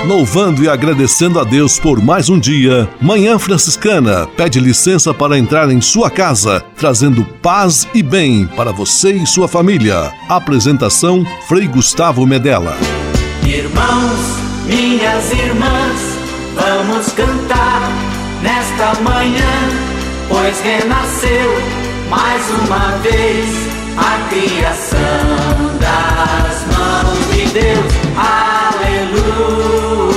Louvando e agradecendo a Deus por mais um dia, Manhã Franciscana pede licença para entrar em sua casa, trazendo paz e bem para você e sua família. Apresentação, Frei Gustavo Medella. Irmãos, minhas irmãs, vamos cantar nesta manhã, pois renasceu mais uma vez a criação das mãos de Deus. Aleluia.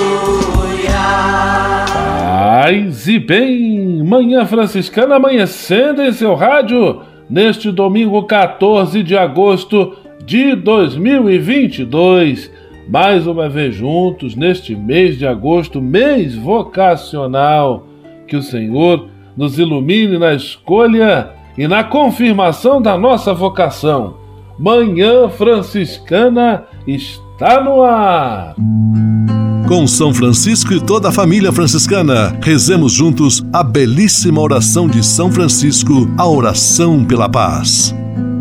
Paz e bem, Manhã Franciscana amanhecendo em seu rádio neste domingo 14 de agosto de 2022. Mais uma vez juntos neste mês de agosto, mês vocacional. Que o Senhor nos ilumine na escolha e na confirmação da nossa vocação. Manhã Franciscana está no ar. Com São Francisco e toda a família franciscana, rezemos juntos a belíssima oração de São Francisco, a oração pela paz.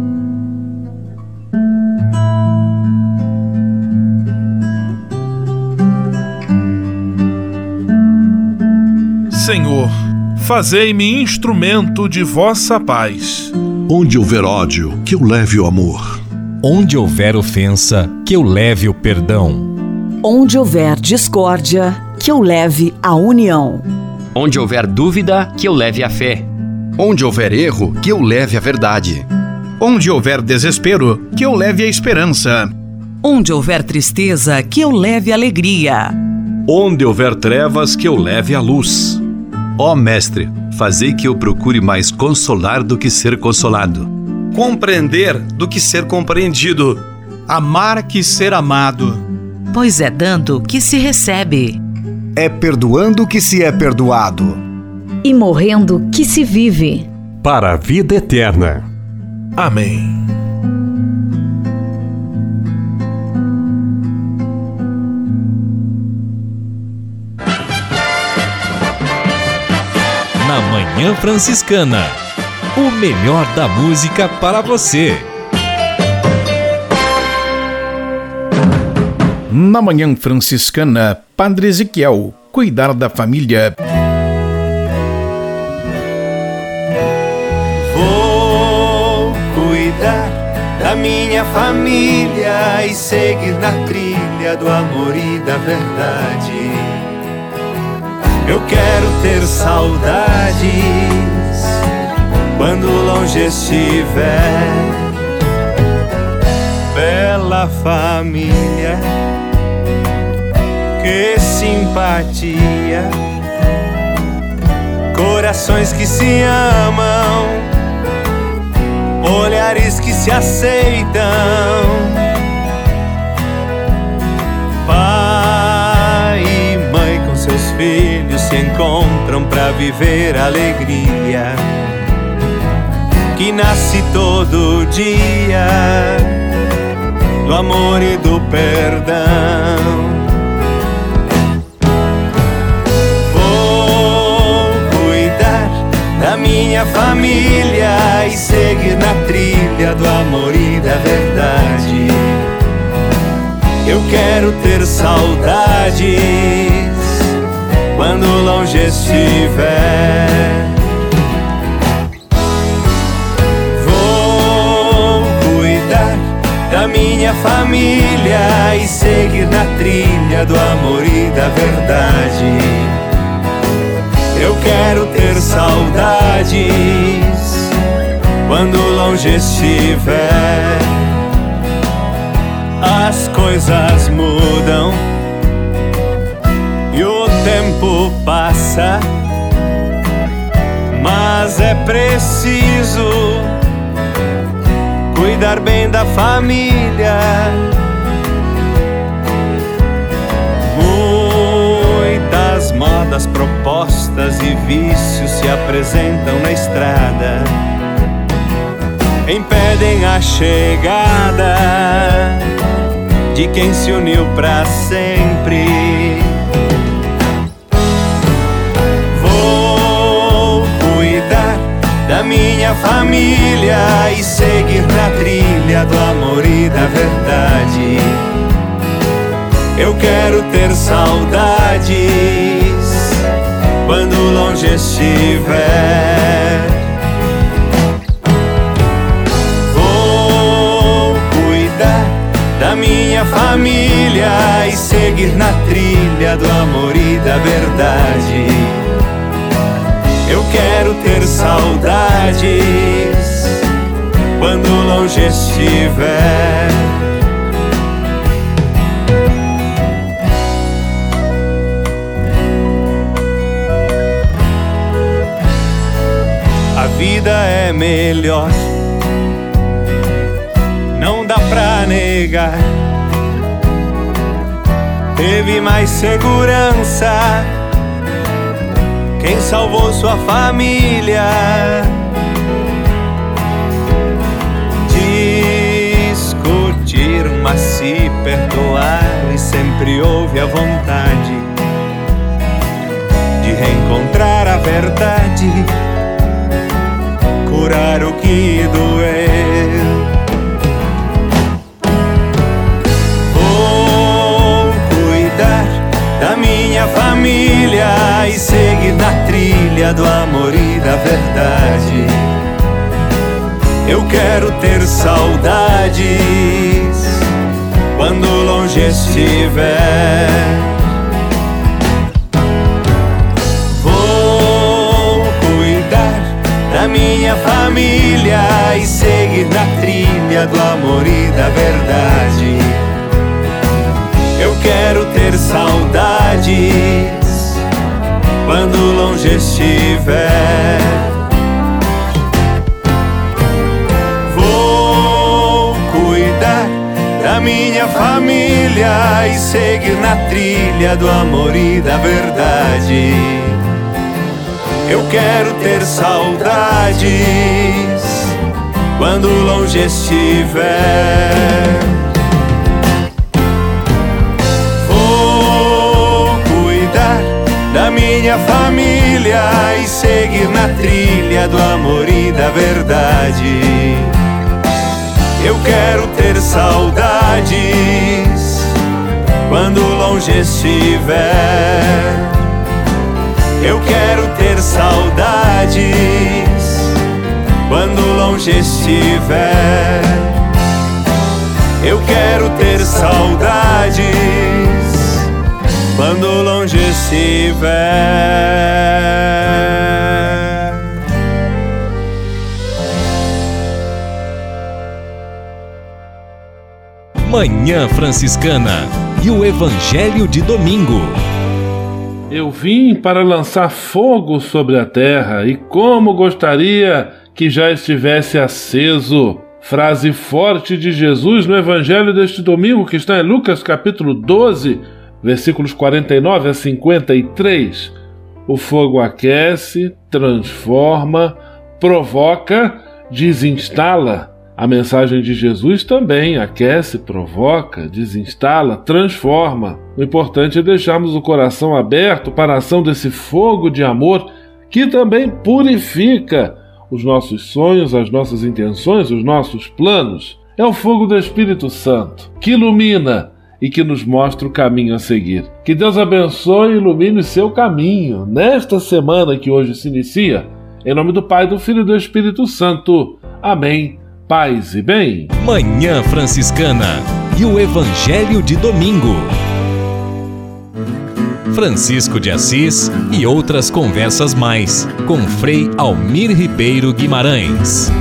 Senhor, fazei-me instrumento de vossa paz. Onde houver ódio, que eu leve o amor. Onde houver ofensa, que eu leve o perdão. Onde houver discórdia, que eu leve a união. Onde houver dúvida, que eu leve a fé. Onde houver erro, que eu leve a verdade. Onde houver desespero, que eu leve a esperança. Onde houver tristeza, que eu leve a alegria. Onde houver trevas, que eu leve a luz. Ó Mestre, fazei que eu procure mais consolar do que ser consolado. Compreender do que ser compreendido. Amar que ser amado. Pois é dando que se recebe. É perdoando que se é perdoado. E morrendo que se vive. Para a vida eterna. Amém. Na Manhã Franciscana, o melhor da música para você. Na Manhã Franciscana, Padre Ezequiel, cuidar da família. Vou cuidar da minha família e seguir na trilha do amor e da verdade. Eu quero ter saudades quando longe estiver. Bela família, que simpatia, corações que se amam, olhares que se aceitam. Pai e mãe com seus filhos se encontram pra viver a alegria que nasce todo dia do amor e do perdão. Vou cuidar da minha família e seguir na trilha do amor e da verdade. Eu quero ter saudades quando longe estiver. Da minha família e seguir na trilha do amor e da verdade. Eu quero ter saudades quando longe estiver. As coisas mudam e o tempo passa, mas é preciso cuidar bem da família. Muitas modas, propostas e vícios se apresentam na estrada, impedem a chegada de quem se uniu pra sempre. Vou cuidar da minha família e seguir na trilha do amor e da verdade. Eu quero ter saudades quando longe estiver. Vou cuidar da minha família e seguir na trilha do amor e da verdade. Eu quero ter saudades quando longe estiver. A vida é melhor, não dá pra negar. Teve mais segurança quem salvou sua família. Discutir, mas se perdoar, e sempre houve a vontade de reencontrar a verdade, curar o que doeu. Vou cuidar da minha família e seguir na trilha do amor e da verdade. Eu quero ter saudades quando longe estiver. Vou cuidar da minha família e seguir na trilha do amor e da verdade. Eu quero ter saudades quando longe estiver. Vou cuidar da minha família e seguir na trilha do amor e da verdade. Eu quero ter saudades quando longe estiver. Vou cuidar da minha família e seguir na trilha do amor e da verdade. Eu quero ter saudades quando longe estiver. Eu quero ter saudades quando longe estiver. Eu quero ter saudades quando longe estiver. Manhã Franciscana e o Evangelho de domingo. Eu vim para lançar fogo sobre a terra, e como gostaria que já estivesse aceso. Frase forte de Jesus no Evangelho deste domingo, que está em Lucas capítulo 12, versículos 49 a 53. O fogo aquece, transforma, provoca, desinstala. A mensagem de Jesus também aquece, provoca, desinstala, transforma. O importante é deixarmos o coração aberto para a ação desse fogo de amor que também purifica os nossos sonhos, as nossas intenções, os nossos planos. É o fogo do Espírito Santo que ilumina e que nos mostra o caminho a seguir. Que Deus abençoe e ilumine o seu caminho nesta semana que hoje se inicia. Em nome do Pai, do Filho e do Espírito Santo. Amém. Paz e bem. Manhã Franciscana e o Evangelho de domingo. Francisco de Assis e outras conversas mais com Frei Almir Ribeiro Guimarães.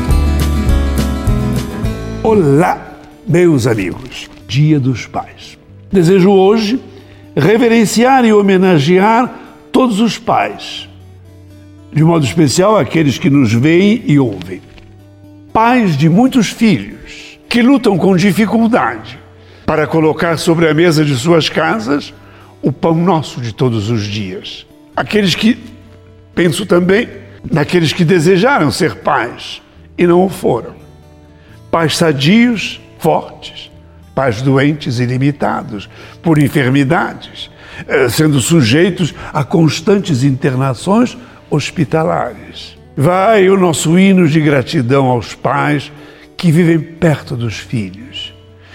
Olá, meus amigos. Dia dos Pais. Desejo hoje reverenciar e homenagear todos os pais, de modo especial aqueles que nos veem e ouvem. Pais de muitos filhos que lutam com dificuldade para colocar sobre a mesa de suas casas o pão nosso de todos os dias. Aqueles que, penso também, naqueles que desejaram ser pais e não o foram. Pais sadios, fortes, pais doentes e limitados por enfermidades, sendo sujeitos a constantes internações hospitalares. Vai o nosso hino de gratidão aos pais que vivem perto dos filhos, que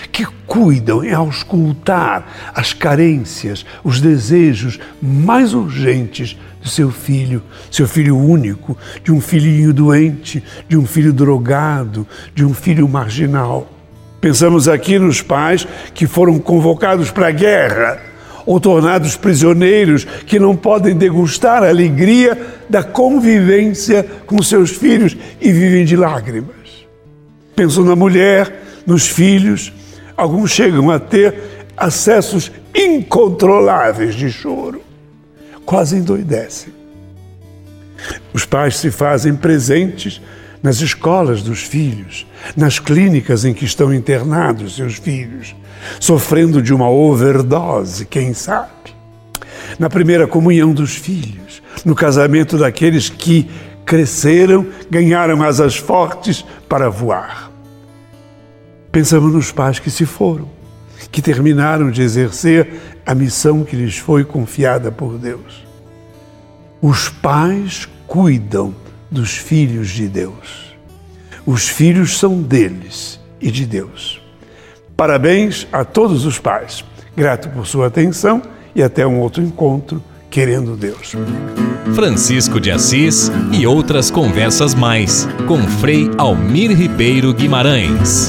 cuidam em auscultar as carências, os desejos mais urgentes do seu filho único, de um filhinho doente, de um filho drogado, de um filho marginal. Pensamos aqui nos pais que foram convocados para a guerra ou tornados prisioneiros que não podem degustar a alegria da convivência com seus filhos e vivem de lágrimas. Penso na mulher, nos filhos. Alguns chegam a ter acessos incontroláveis de choro. Quase endoidecem. Os pais se fazem presentes nas escolas dos filhos, nas clínicas em que estão internados seus filhos, sofrendo de uma overdose, quem sabe? Na primeira comunhão dos filhos, no casamento daqueles que cresceram, ganharam asas fortes para voar. Pensamos nos pais que se foram, que terminaram de exercer a missão que lhes foi confiada por Deus. Os pais cuidam dos filhos de Deus. Os filhos são deles e de Deus. Parabéns a todos os pais. Grato por sua atenção e até um outro encontro, querendo Deus. Francisco de Assis e outras conversas mais, com Frei Almir Ribeiro Guimarães.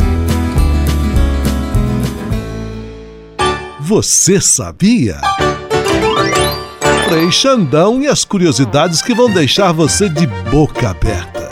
Você sabia? Frei Xandão e as curiosidades que vão deixar você de boca aberta.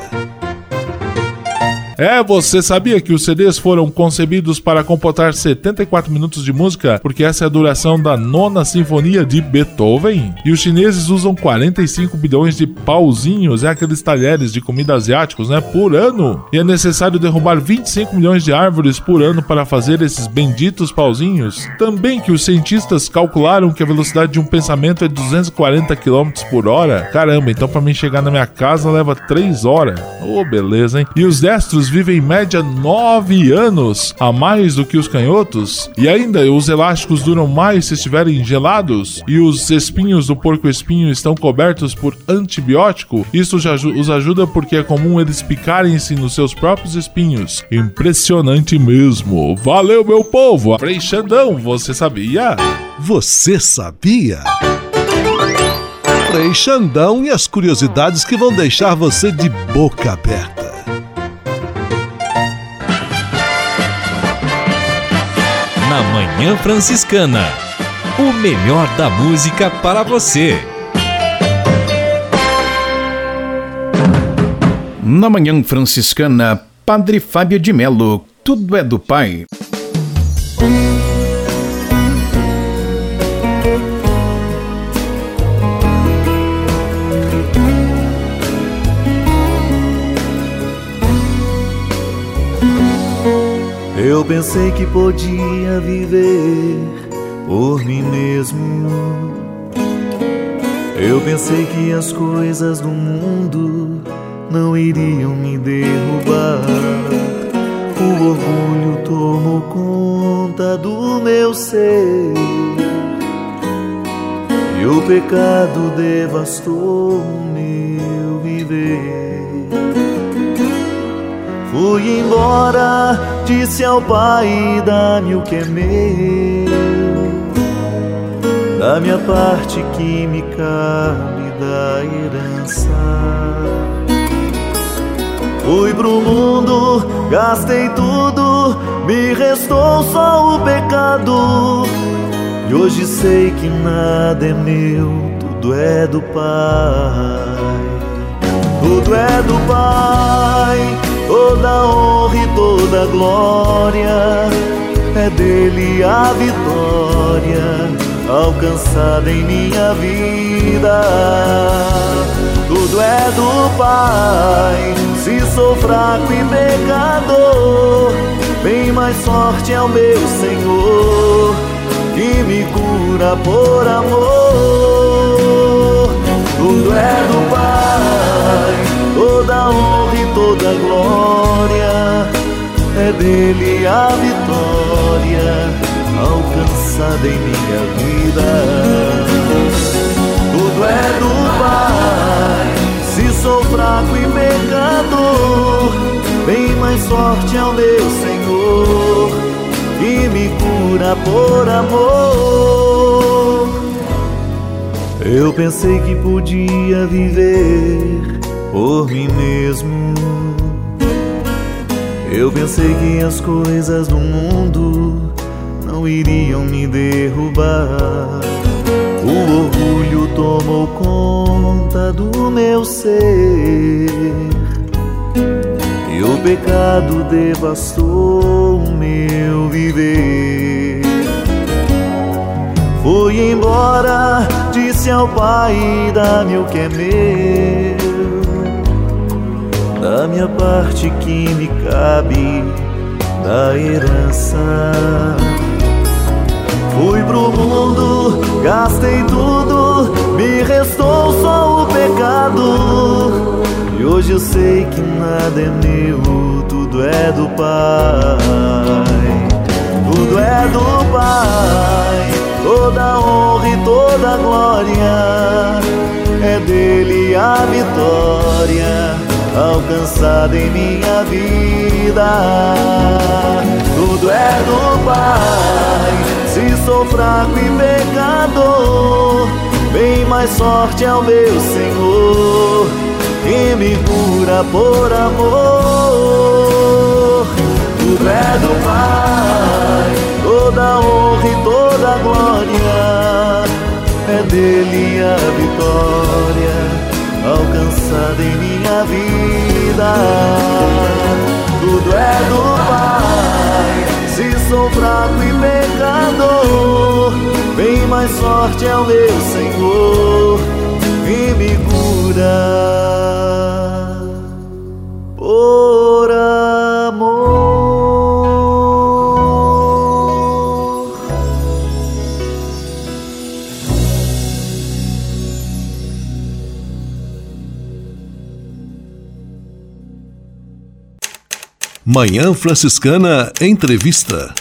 Você sabia que os CDs foram concebidos para comportar 74 minutos de música, porque essa é a duração da 9ª Sinfonia de Beethoven? E os chineses usam 45 bilhões de pauzinhos, aqueles talheres de comida asiáticos, por ano? E é necessário derrubar 25 milhões de árvores por ano para fazer esses benditos pauzinhos? Também que os cientistas calcularam que a velocidade de um pensamento é 240 km por hora? Caramba, então para mim chegar na minha casa leva 3 horas. Beleza, hein? E os destros vivem em média 9 anos a mais do que os canhotos, e ainda os elásticos duram mais se estiverem gelados, e os espinhos do porco-espinho estão cobertos por antibiótico. Isso já os ajuda porque é comum eles picarem-se nos seus próprios espinhos. Impressionante mesmo. Valeu, meu povo! Frei Xandão, você sabia? Você sabia? Frei Xandão e as curiosidades que vão deixar você de boca aberta. Na Manhã Franciscana, o melhor da música para você. Na Manhã Franciscana, Padre Fábio de Melo, tudo é do Pai. Eu pensei que podia viver por mim mesmo. Eu pensei que as coisas do mundo não iriam me derrubar. O orgulho tomou conta do meu ser e o pecado devastou o meu viver. Fui embora, disse ao Pai, dá-me o que é meu, da minha parte que me cabe da herança. Fui pro mundo, gastei tudo, me restou só o pecado. E hoje sei que nada é meu, tudo é do Pai. Tudo é do Pai. Toda honra e toda glória é dele a vitória alcançada em minha vida. Tudo é do Pai. Se sou fraco e pecador, bem mais forte é o meu Senhor, que me cura por amor. Tudo é do Pai. Toda honra e toda glória é dele a vitória alcançada em minha vida. Tudo é do Pai. Se sou fraco e pecador, bem mais forte é o meu Senhor, que me cura por amor. Eu pensei que podia viver por mim mesmo. Eu pensei que as coisas do mundo não iriam me derrubar. O orgulho tomou conta do meu ser e o pecado devastou o meu viver. Fui embora, disse ao Pai, dá-me o que é meu, da minha parte que me cabe da herança. Fui pro mundo, gastei tudo, me restou só o pecado. E hoje eu sei que nada é meu, tudo é do Pai. Tudo é do Pai, toda honra e toda glória é dele a vitória alcançada em minha vida. Tudo é do Pai. Se sou fraco e pecador, bem mais forte é o meu Senhor, que me cura por amor. Tudo é do Pai, toda honra e toda glória é dele a vitória alcançada em minha vida. Tudo é do Pai. Se sou fraco e pecador, bem mais forte é o meu Senhor, que me cura por amor. Manhã Franciscana Entrevista.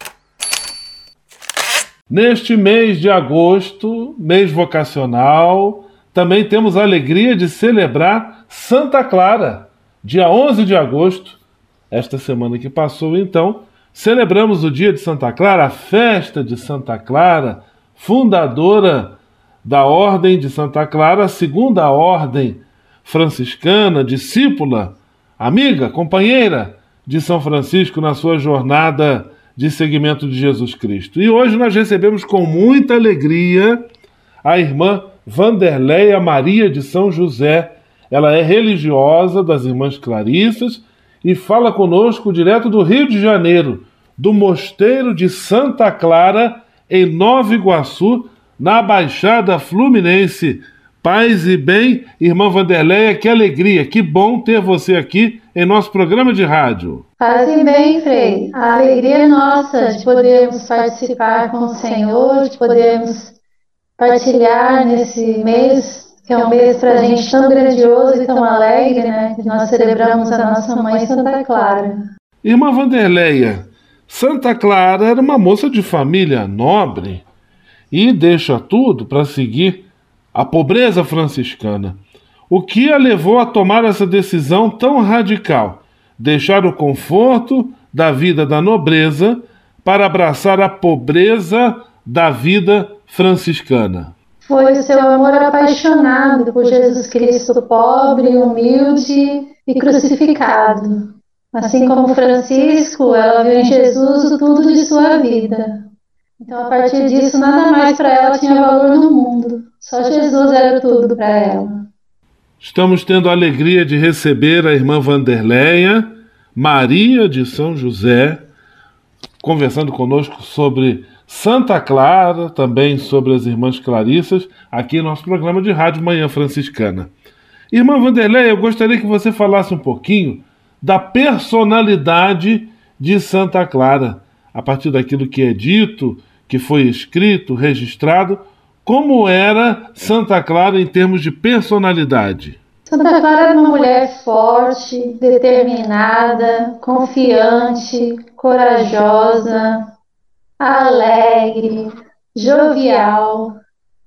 Neste mês de agosto, mês vocacional, também temos a alegria de celebrar Santa Clara, dia 11 de agosto. Esta semana que passou, então, celebramos o dia de Santa Clara, a festa de Santa Clara, fundadora da Ordem de Santa Clara, a segunda ordem franciscana, discípula, amiga, companheira de São Francisco na sua jornada de seguimento de Jesus Cristo. E hoje nós recebemos com muita alegria a irmã Vanderleia Maria de São José. Ela é religiosa das Irmãs Clarissas e fala conosco direto do Rio de Janeiro, do Mosteiro de Santa Clara, em Nova Iguaçu, na Baixada Fluminense. Paz e bem, irmã Vanderleia, que alegria, que bom ter você aqui em nosso programa de rádio. Paz e bem, Frei. A alegria é nossa de podermos participar com o Senhor, de podermos partilhar nesse mês, que é um mês para a gente tão grandioso e tão alegre, né? Que nós celebramos a nossa mãe Santa Clara. Irmã Vanderleia, Santa Clara era uma moça de família nobre e deixa tudo para seguir a pobreza franciscana. O que a levou a tomar essa decisão tão radical? Deixar o conforto da vida da nobreza para abraçar a pobreza da vida franciscana. Foi o seu amor apaixonado por Jesus Cristo, pobre, humilde e crucificado. Assim como Francisco, ela viu em Jesus o tudo de sua vida. Então, a partir disso, nada mais para ela tinha valor no mundo. Só Jesus era tudo para ela. Estamos tendo a alegria de receber a irmã Vanderleia Maria de São José, conversando conosco sobre Santa Clara, também sobre as Irmãs Clarissas, aqui no nosso programa de rádio Manhã Franciscana. Irmã Vanderleia, eu gostaria que você falasse um pouquinho da personalidade de Santa Clara, a partir daquilo que é dito, que foi escrito, registrado. Como era Santa Clara em termos de personalidade? Santa Clara era uma mulher forte, determinada, confiante, corajosa, alegre, jovial.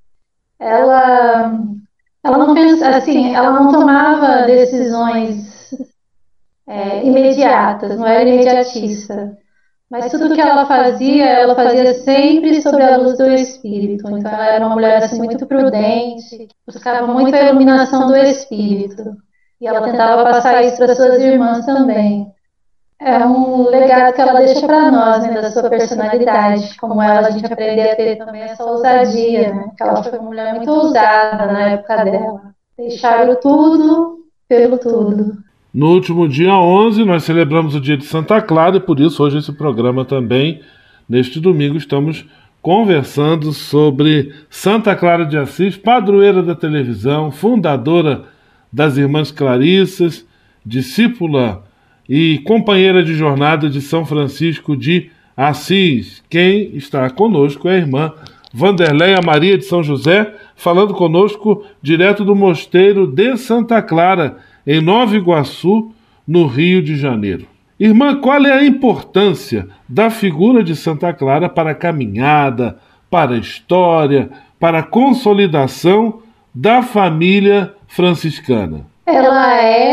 Ela não pensa, assim, ela não tomava decisões imediatas, não era imediatista. Mas tudo que ela fazia sempre sob a luz do Espírito. Então ela era uma mulher assim, muito prudente, buscava muito a iluminação do Espírito. E ela tentava passar isso para suas irmãs também. É um legado que ela deixa para nós, né, da sua personalidade. Como ela, a gente aprender a ter também essa ousadia, né? Porque ela foi uma mulher muito ousada na época dela. Deixaram tudo pelo tudo. No último dia 11, nós celebramos o dia de Santa Clara e por isso hoje esse programa também, neste domingo, estamos conversando sobre Santa Clara de Assis, padroeira da televisão, fundadora das Irmãs Clarissas, discípula e companheira de jornada de São Francisco de Assis. Quem está conosco é a irmã Wanderleia Maria de São José, falando conosco direto do mosteiro de Santa Clara, em Nova Iguaçu, no Rio de Janeiro. Irmã, qual é a importância da figura de Santa Clara para a caminhada, para a história, para a consolidação da família franciscana? Ela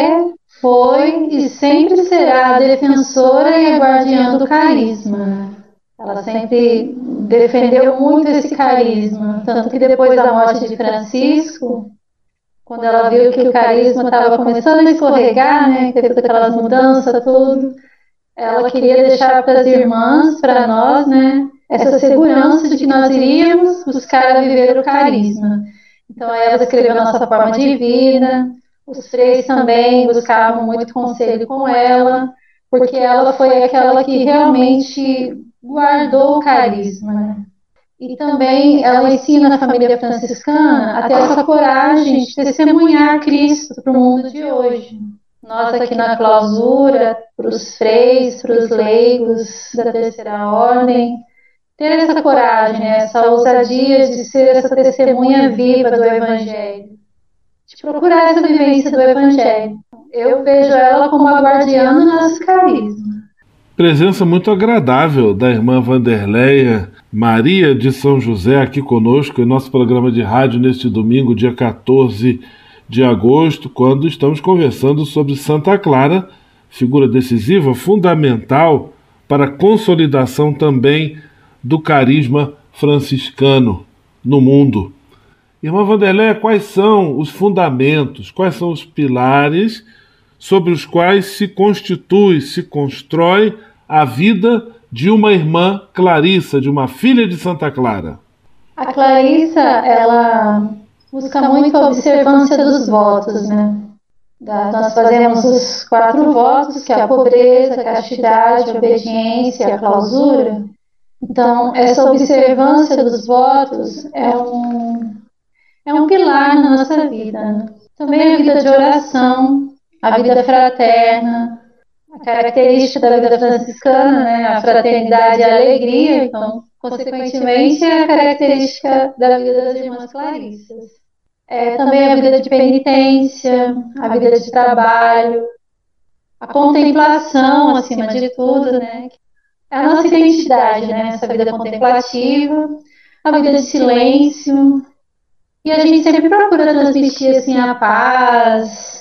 foi e sempre será a defensora e a guardiã do carisma. Ela sempre defendeu muito esse carisma, tanto que depois da morte de Francisco, quando ela viu que o carisma estava começando a escorregar, né, que teve aquelas mudanças, tudo, ela queria deixar para as irmãs, para nós, né, essa segurança de que nós iríamos buscar a viver o carisma. Então ela escreveu a nossa forma de vida, os freis também buscavam muito conselho com ela, porque ela foi aquela que realmente guardou o carisma, né? E também ela ensina a família franciscana a ter essa coragem de testemunhar Cristo para o mundo de hoje. Nós aqui na clausura, para os freis, para os leigos da terceira ordem, ter essa coragem, né? Essa ousadia de ser essa testemunha viva do Evangelho, de procurar essa vivência do Evangelho. Eu vejo ela como a guardiã do nosso carisma. Presença muito agradável da irmã Wanderleia Maria de São José aqui conosco em nosso programa de rádio neste domingo, dia 14 de agosto, quando estamos conversando sobre Santa Clara, figura decisiva, fundamental para a consolidação também do carisma franciscano no mundo. Irmã Wanderleia, quais são os fundamentos, quais são os pilares sobre os quais se constitui, se constrói a vida de uma irmã Clarissa, de uma filha de Santa Clara? A Clarissa, ela busca muito a observância dos votos, né? Nós fazemos os 4 votos, que é a pobreza, a castidade, a obediência e a clausura. Então, essa observância dos votos é um pilar na nossa vida, né? Também a vida de oração, a vida fraterna, a característica da vida franciscana, né? A fraternidade e a alegria, então, consequentemente, é a característica da vida das irmãs Clarissas. Também a vida de penitência, a vida de trabalho, a contemplação, acima de tudo, né? É a nossa identidade, né? Essa vida contemplativa, a vida de silêncio. E a gente sempre procura transmitir assim, a paz.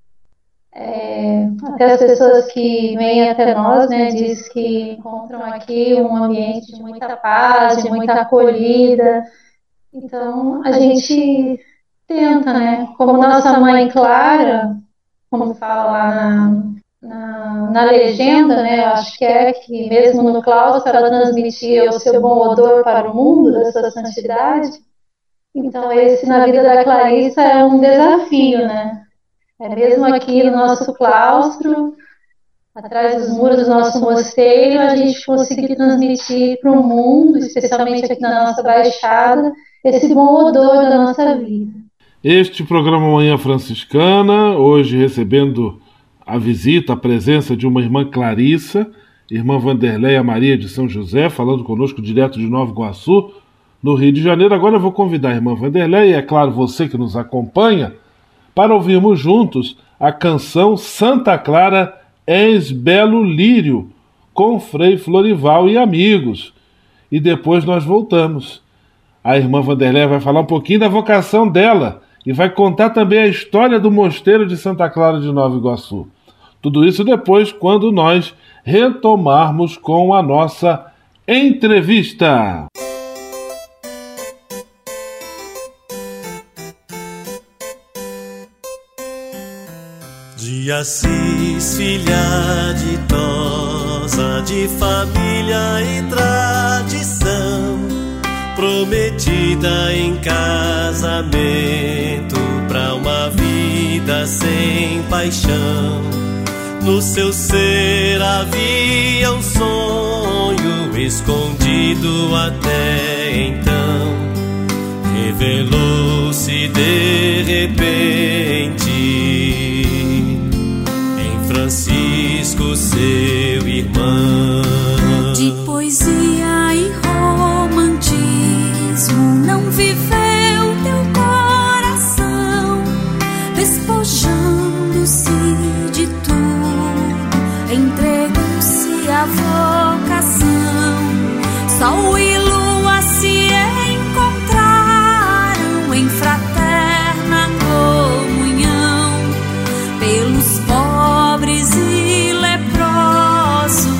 Até as pessoas que vêm até nós, né, diz que encontram aqui um ambiente de muita paz, de muita acolhida. Então, a gente tenta, né, como nossa mãe Clara, como fala lá na legenda, né, acho que mesmo no claustro ela transmitia o seu bom odor para o mundo, da sua santidade. Então, esse na vida da Clarissa é um desafio, né? Mesmo aqui no nosso claustro, atrás dos muros do nosso mosteiro, a gente conseguir transmitir para o mundo, especialmente aqui na nossa Baixada, esse bom odor da nossa vida. Este programa Manhã Franciscana, hoje recebendo a visita, a presença de uma irmã Clarissa, irmã Wanderleia Maria de São José, falando conosco direto de Nova Iguaçu, no Rio de Janeiro. Agora eu vou convidar a irmã Wanderleia, e é claro, você que nos acompanha, para ouvirmos juntos a canção Santa Clara És Belo Lírio, com Frei Florival e amigos. E depois nós voltamos. A irmã Wanderleia vai falar um pouquinho da vocação dela e vai contar também a história do mosteiro de Santa Clara de Nova Iguaçu. Tudo isso depois, quando nós retomarmos com a nossa entrevista. De Assis, filha ditosa, de família e tradição, prometida em casamento pra uma vida sem paixão. No seu ser havia um sonho escondido até então. Revelou-se de repente em Francisco, seu irmão. De poesia e romantismo não viveu teu coração, despojando-se de tudo, entregou-se à vocação. Sol e lua se encontraram em fraterna comunhão, pelos pobres e leprosos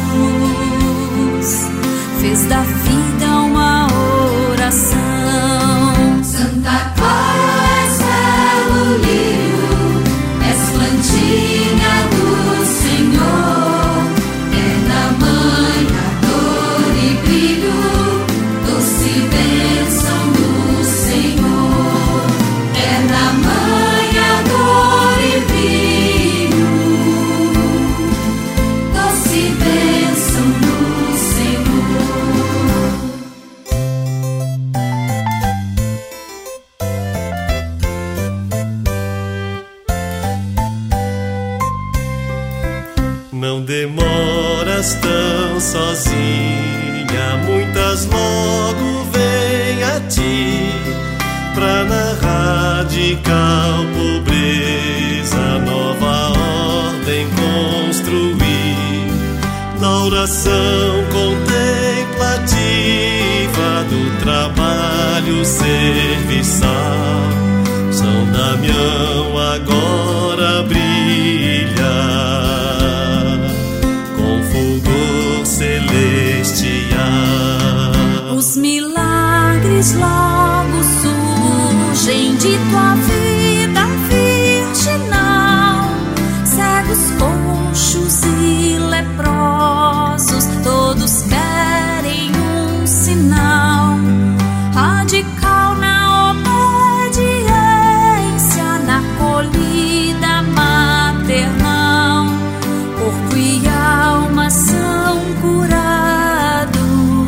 fez da vida uma oração. Santa Clara, és belo lírio, és plantinha do Senhor, eterna mãe, dor e brilho, doce bênção do Senhor, eterna mãe, dor e brilho, doce bênção do Não demoras tão sozinha, muitas logo vêm a ti, pra na radical pobreza nova ordem construir, na oração contemplativa do trabalho serviçal. São Damião agora brilha com fulgor celestial. Os milagres logo surgem de tua vida virginal. Cegos, coxos e leprosos, todos querem um sinal radical na obediência, na acolhida maternal. Corpo e alma são curados,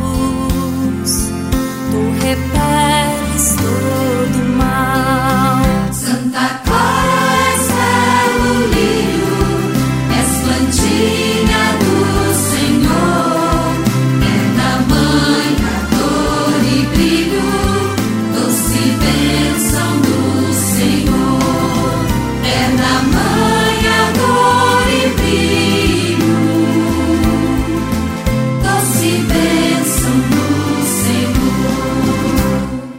tu repeles todo mal. Santa Clara, és belo lírio, és plantinha do Senhor, eterna mãe, dor e brilho, doce bênção do Senhor, eterna mãe, dor e brilho, doce bênção do Senhor.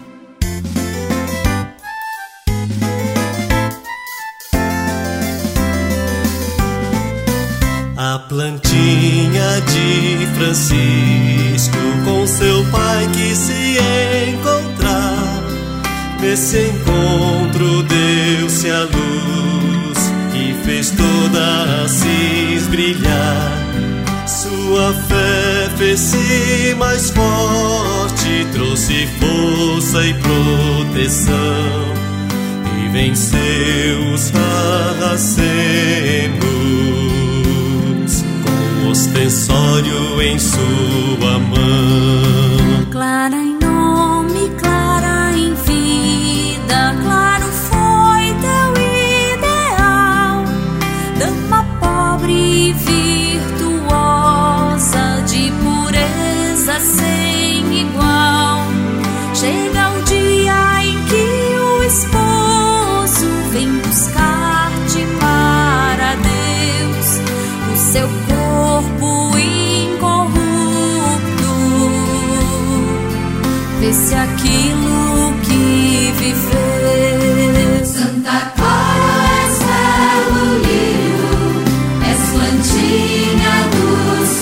A plantinha de Francisco com seu pai quis se encontrar. Nesse encontro deu-se a luz que fez toda Assis brilhar. Sua fé fez-se mais forte, trouxe força e proteção, e venceu os sarracenos com ostensório em sua mão. Clara em nome, clara em vida, claro foi teu ideal. Dama pobre e virtuosa, de pureza sem igual. Chega o dia em que o esposo vem buscar-te para Deus, o seu corpo incorrupto, vê-se aquilo que viveu. Santa Clara, és belo lírio, és plantinha do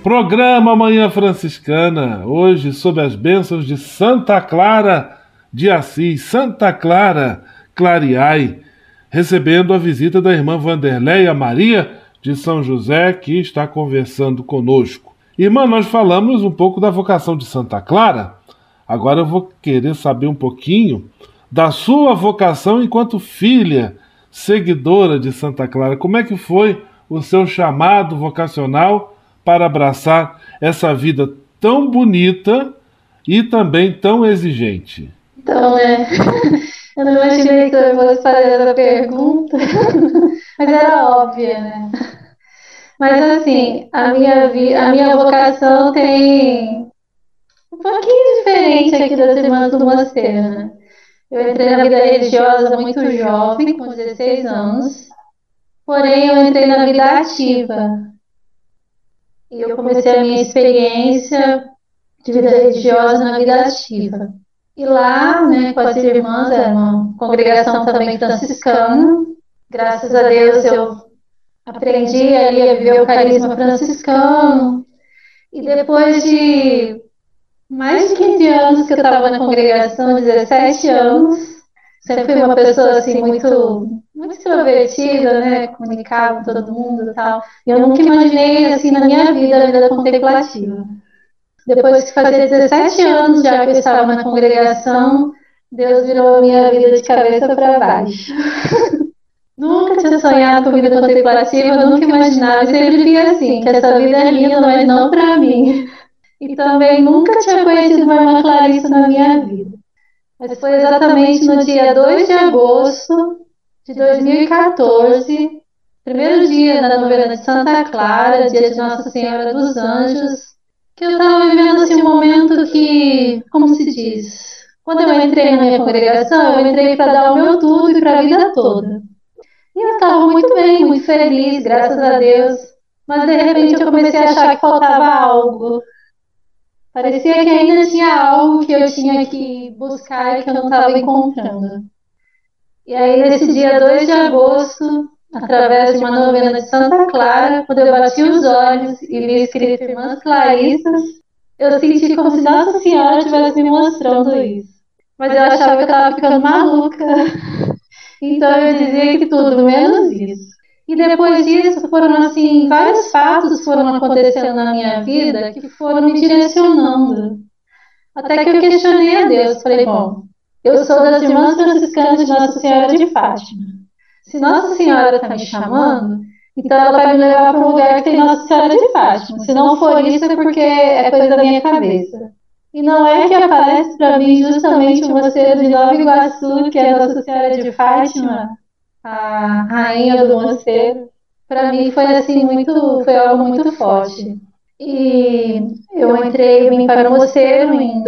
Programa Manhã Franciscana, hoje sob as bênçãos de Santa Clara de Assis, Santa Clara Clareai, recebendo a visita da irmã Vanderleia Maria de São José, que está conversando conosco. Irmã, nós falamos um pouco da vocação de Santa Clara, agora eu vou querer saber um pouquinho da sua vocação enquanto filha, seguidora de Santa Clara. Como é que foi o seu chamado vocacional para abraçar essa vida tão bonita e também tão exigente? Então, eu não imaginei que eu fosse fazer essa pergunta, mas era óbvia, né? Mas assim, a minha vocação tem um pouquinho diferente aqui das irmãs do mosteiro, né? Eu entrei na vida religiosa muito jovem, com 16 anos, porém eu entrei na vida ativa. E eu comecei a minha experiência de vida religiosa na vida ativa. E lá, né, com as irmãs, era uma congregação também franciscana. Graças a Deus eu aprendi ali a viver o carisma franciscano. E depois de mais de 15 anos que eu estava na congregação, 17 anos, sempre fui uma pessoa assim muito extrovertida, né? Comunicava com todo mundo e tal. E eu nunca imaginei assim na minha vida a vida contemplativa. Depois que fazia 17 anos já que eu estava na congregação, Deus virou a minha vida de cabeça para baixo. Nunca tinha sonhado com vida contemplativa, nunca imaginava. Eu sempre vi assim, que essa vida é linda, mas não para mim. E também nunca tinha conhecido uma irmã Clarissa na minha vida. Mas foi exatamente no dia 2 de agosto de 2014, primeiro dia da novena de Santa Clara, dia de Nossa Senhora dos Anjos, que eu estava vivendo assim, um momento que, como se diz, quando eu entrei na minha congregação, eu entrei para dar o meu tudo e para a vida toda. E eu estava muito bem, muito feliz, graças a Deus, mas de repente eu comecei a achar que faltava algo. Parecia que ainda tinha algo que eu tinha que buscar e que eu não estava encontrando. E aí, nesse dia 2 de agosto, através de uma novena de Santa Clara, quando eu bati os olhos e vi escrito Irmãs Clarissas, eu senti como se Nossa Senhora estivesse me mostrando isso. Mas eu achava que eu estava ficando maluca. Então eu dizia que tudo, menos isso. E depois disso foram assim, vários fatos foram acontecendo na minha vida que foram me direcionando. Até que eu questionei a Deus, falei, bom, eu sou das Irmãs Franciscanas de Nossa Senhora de Fátima. Se Nossa Senhora está me chamando, então ela vai me levar para um lugar que tem Nossa Senhora de Fátima. Se não for isso é porque é coisa da minha cabeça. E não é que aparece para mim justamente o mosteiro de Nova Iguaçu, que é Nossa Senhora de Fátima, a rainha do mosteiro. Para mim foi assim foi algo muito forte. E eu vim para o mosteiro em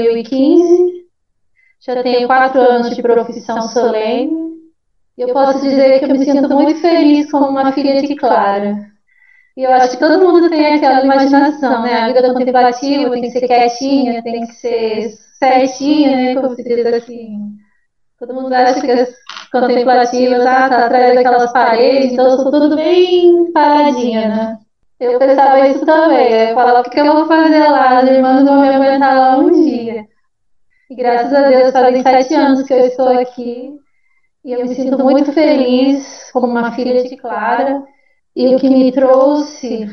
2015. Já tenho 4 anos de profissão solene. E eu posso dizer que eu me sinto muito feliz como uma filha de Clara. E eu acho que todo mundo tem aquela imaginação, né? A vida contemplativa tem que ser quietinha, tem que ser certinha, né? Como se diz assim. Todo mundo acha que as contemplativas, tá atrás daquelas paredes, então sou tudo bem paradinha, né? Eu pensava isso também. Eu falava, o que eu vou fazer lá? As irmãs vão me aguentar lá um dia. E graças a Deus, fazem 7 anos que eu estou aqui. E eu me sinto muito feliz como uma filha de Clara. E o que me trouxe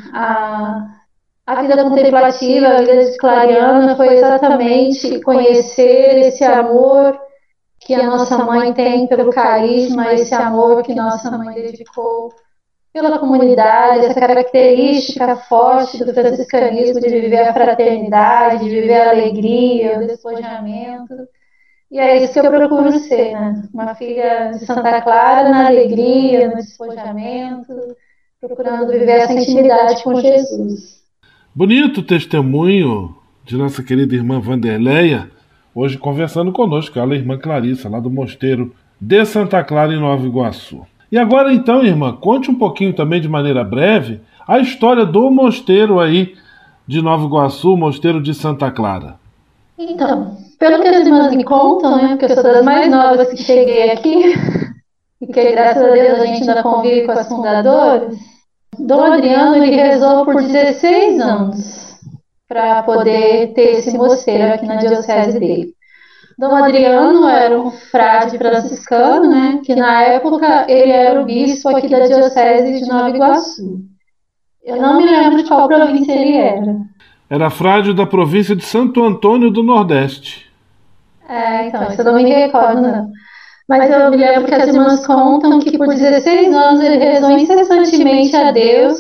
a vida contemplativa, a vida de clariana, foi exatamente conhecer esse amor que a nossa mãe tem pelo carisma, esse amor que nossa mãe dedicou pela comunidade, essa característica forte do franciscanismo de viver a fraternidade, de viver a alegria, o despojamento. E é isso que eu procuro ser, né? Uma filha de Santa Clara na alegria, no despojamento, procurando viver essa intimidade com Jesus. Bonito testemunho de nossa querida irmã Vanderleia, hoje conversando conosco, ela é a irmã Clarissa, lá do mosteiro de Santa Clara, em Nova Iguaçu. E agora então, irmã, conte um pouquinho também de maneira breve a história do mosteiro aí de Nova Iguaçu, mosteiro de Santa Clara. Então, pelo que as irmãs me contam, né, porque eu sou das mais novas que cheguei aqui, e que graças a Deus a gente ainda convive com as fundadoras, Dom Adriano ele rezou por 16 anos para poder ter esse mosteiro aqui na diocese dele. Dom Adriano era um frade franciscano, né, que na época ele era o bispo aqui da diocese de Nova Iguaçu. Eu não me lembro de qual província ele era. Era frade da província de Santo Antônio do Nordeste. Então, isso eu não me recordo, não. Mas eu me lembro que as irmãs contam que por 16 anos ele rezou incessantemente a Deus,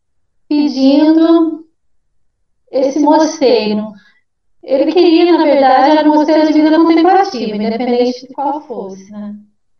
pedindo esse mosteiro. Ele queria, na verdade, era um mosteiro de vida contemplativa, independente de qual fosse, né?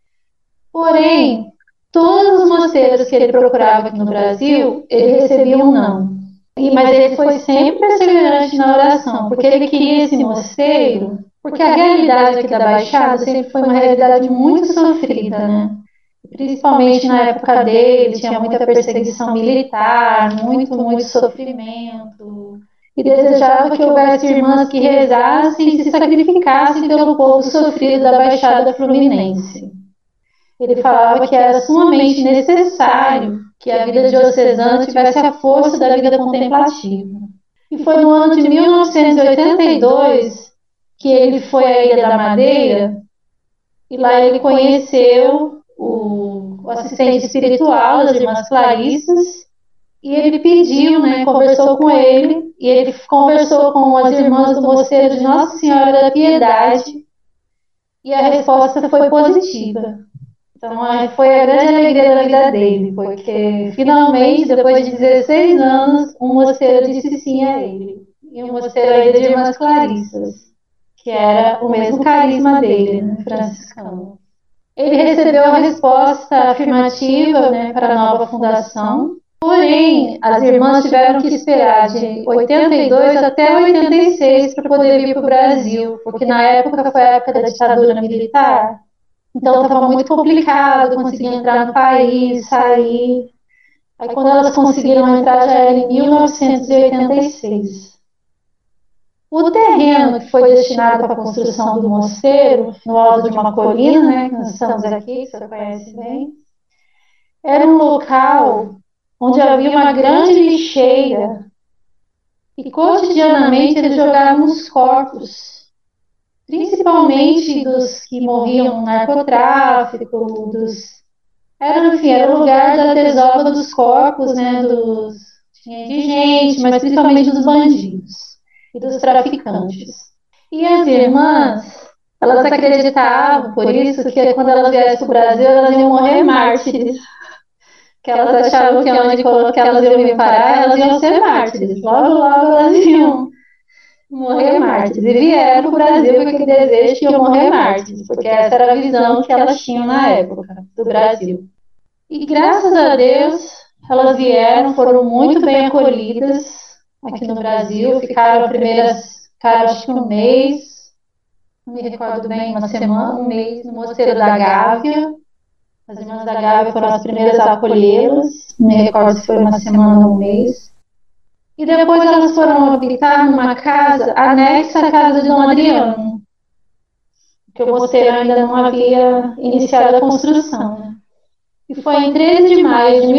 Porém, todos os mosteiros que ele procurava aqui no Brasil, ele recebia um não. Mas ele foi sempre perseverante na oração, porque ele queria esse mosteiro, porque a realidade aqui da Baixada sempre foi uma realidade muito sofrida, né? Principalmente na época dele, tinha muita perseguição militar, muito sofrimento. E desejava que houvesse irmãs que rezassem e se sacrificassem pelo povo sofrido da Baixada Fluminense. Ele falava que era sumamente necessário que a vida diocesana tivesse a força da vida contemplativa. E foi no ano de 1982 que ele foi à Ilha da Madeira e lá ele conheceu o assistente espiritual das irmãs Clarissas e ele pediu, né, conversou com ele e ele conversou com as irmãs do mosteiro de Nossa Senhora da Piedade e a resposta foi positiva. Então foi a grande alegria da vida dele, porque finalmente, depois de 16 anos, um mosteiro disse sim a ele. E um mosteiro aí de Irmãs Clarissas, que era o mesmo carisma dele, né, franciscano. Ele recebeu a resposta afirmativa, né, para a nova fundação, porém, as irmãs tiveram que esperar de 82 até 86 para poder vir para o Brasil, porque na época foi a época da ditadura militar. Então estava muito complicado conseguir entrar no país, sair. Aí quando elas conseguiram entrar já era em 1986. O terreno que foi destinado para a construção do mosteiro, no alto de uma colina, né, que nós estamos aqui, que você conhece bem, era um local onde havia uma grande lixeira e cotidianamente eles jogavam os corpos, principalmente dos que morriam no narcotráfico, era o lugar da desova dos corpos, né, tinha indigentes, mas principalmente dos bandidos e dos traficantes. E as irmãs, elas acreditavam, por isso, que quando elas viessem para o Brasil, elas iam morrer mártires. Que elas achavam que onde que elas iam vir parar, elas iam ser mártires. Logo elas iam morrer mártires. E vieram para o Brasil com aquele desejo que iam morrer mártires, porque essa era a visão que elas tinham na época do Brasil. E graças a Deus, elas vieram, foram muito bem acolhidas aqui no Brasil, ficaram acho que um mês, não me recordo bem, uma semana, um mês no Mosteiro da Gávea. As irmãs da Gávea foram as primeiras a acolhê-las, não me recordo se foi uma semana ou um mês. E depois elas foram habitar numa casa anexa à casa de Dom Adriano, porque o mosteiro ainda não havia iniciado a construção, né? E foi em 13 de maio de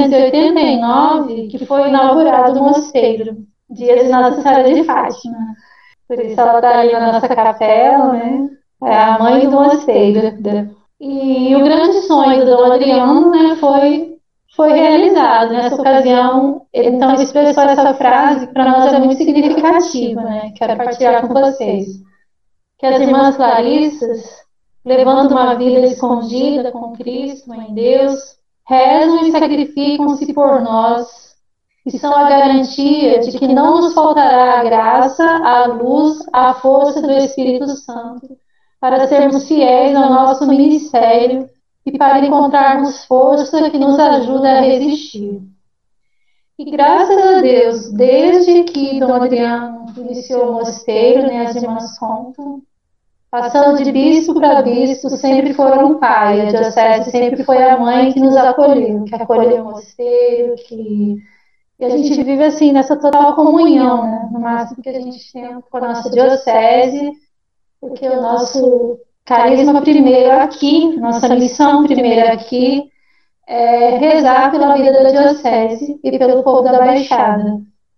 1989 que foi inaugurado o mosteiro, dia de Nossa Senhora de Fátima. Por isso ela está ali na nossa capela, né? É a mãe do mosteiro. E o grande sonho do Dom Adriano, né, foi realizado. Nessa ocasião, ele então expressou essa frase que para nós é muito significativa, né? Quero partilhar com vocês. Que as irmãs Clarissas, levando uma vida escondida com Cristo em Deus, rezam e sacrificam-se por nós e são a garantia de que não nos faltará a graça, a luz, a força do Espírito Santo para sermos fiéis ao nosso ministério e para encontrarmos força que nos ajuda a resistir. E graças a Deus, desde que Dom Adriano iniciou o mosteiro, né, as irmãs contam, passando de bispo para bispo, sempre foram pai. A diocese sempre foi a mãe que nos acolheu, que acolheu o mosteiro, e a gente vive assim, nessa total comunhão, né? No máximo que a gente tem com a nossa diocese, porque o nosso carisma primeiro aqui, nossa missão primeiro aqui, rezar pela vida da diocese e pelo povo da Baixada.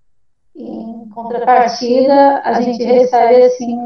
Em contrapartida, a gente recebe assim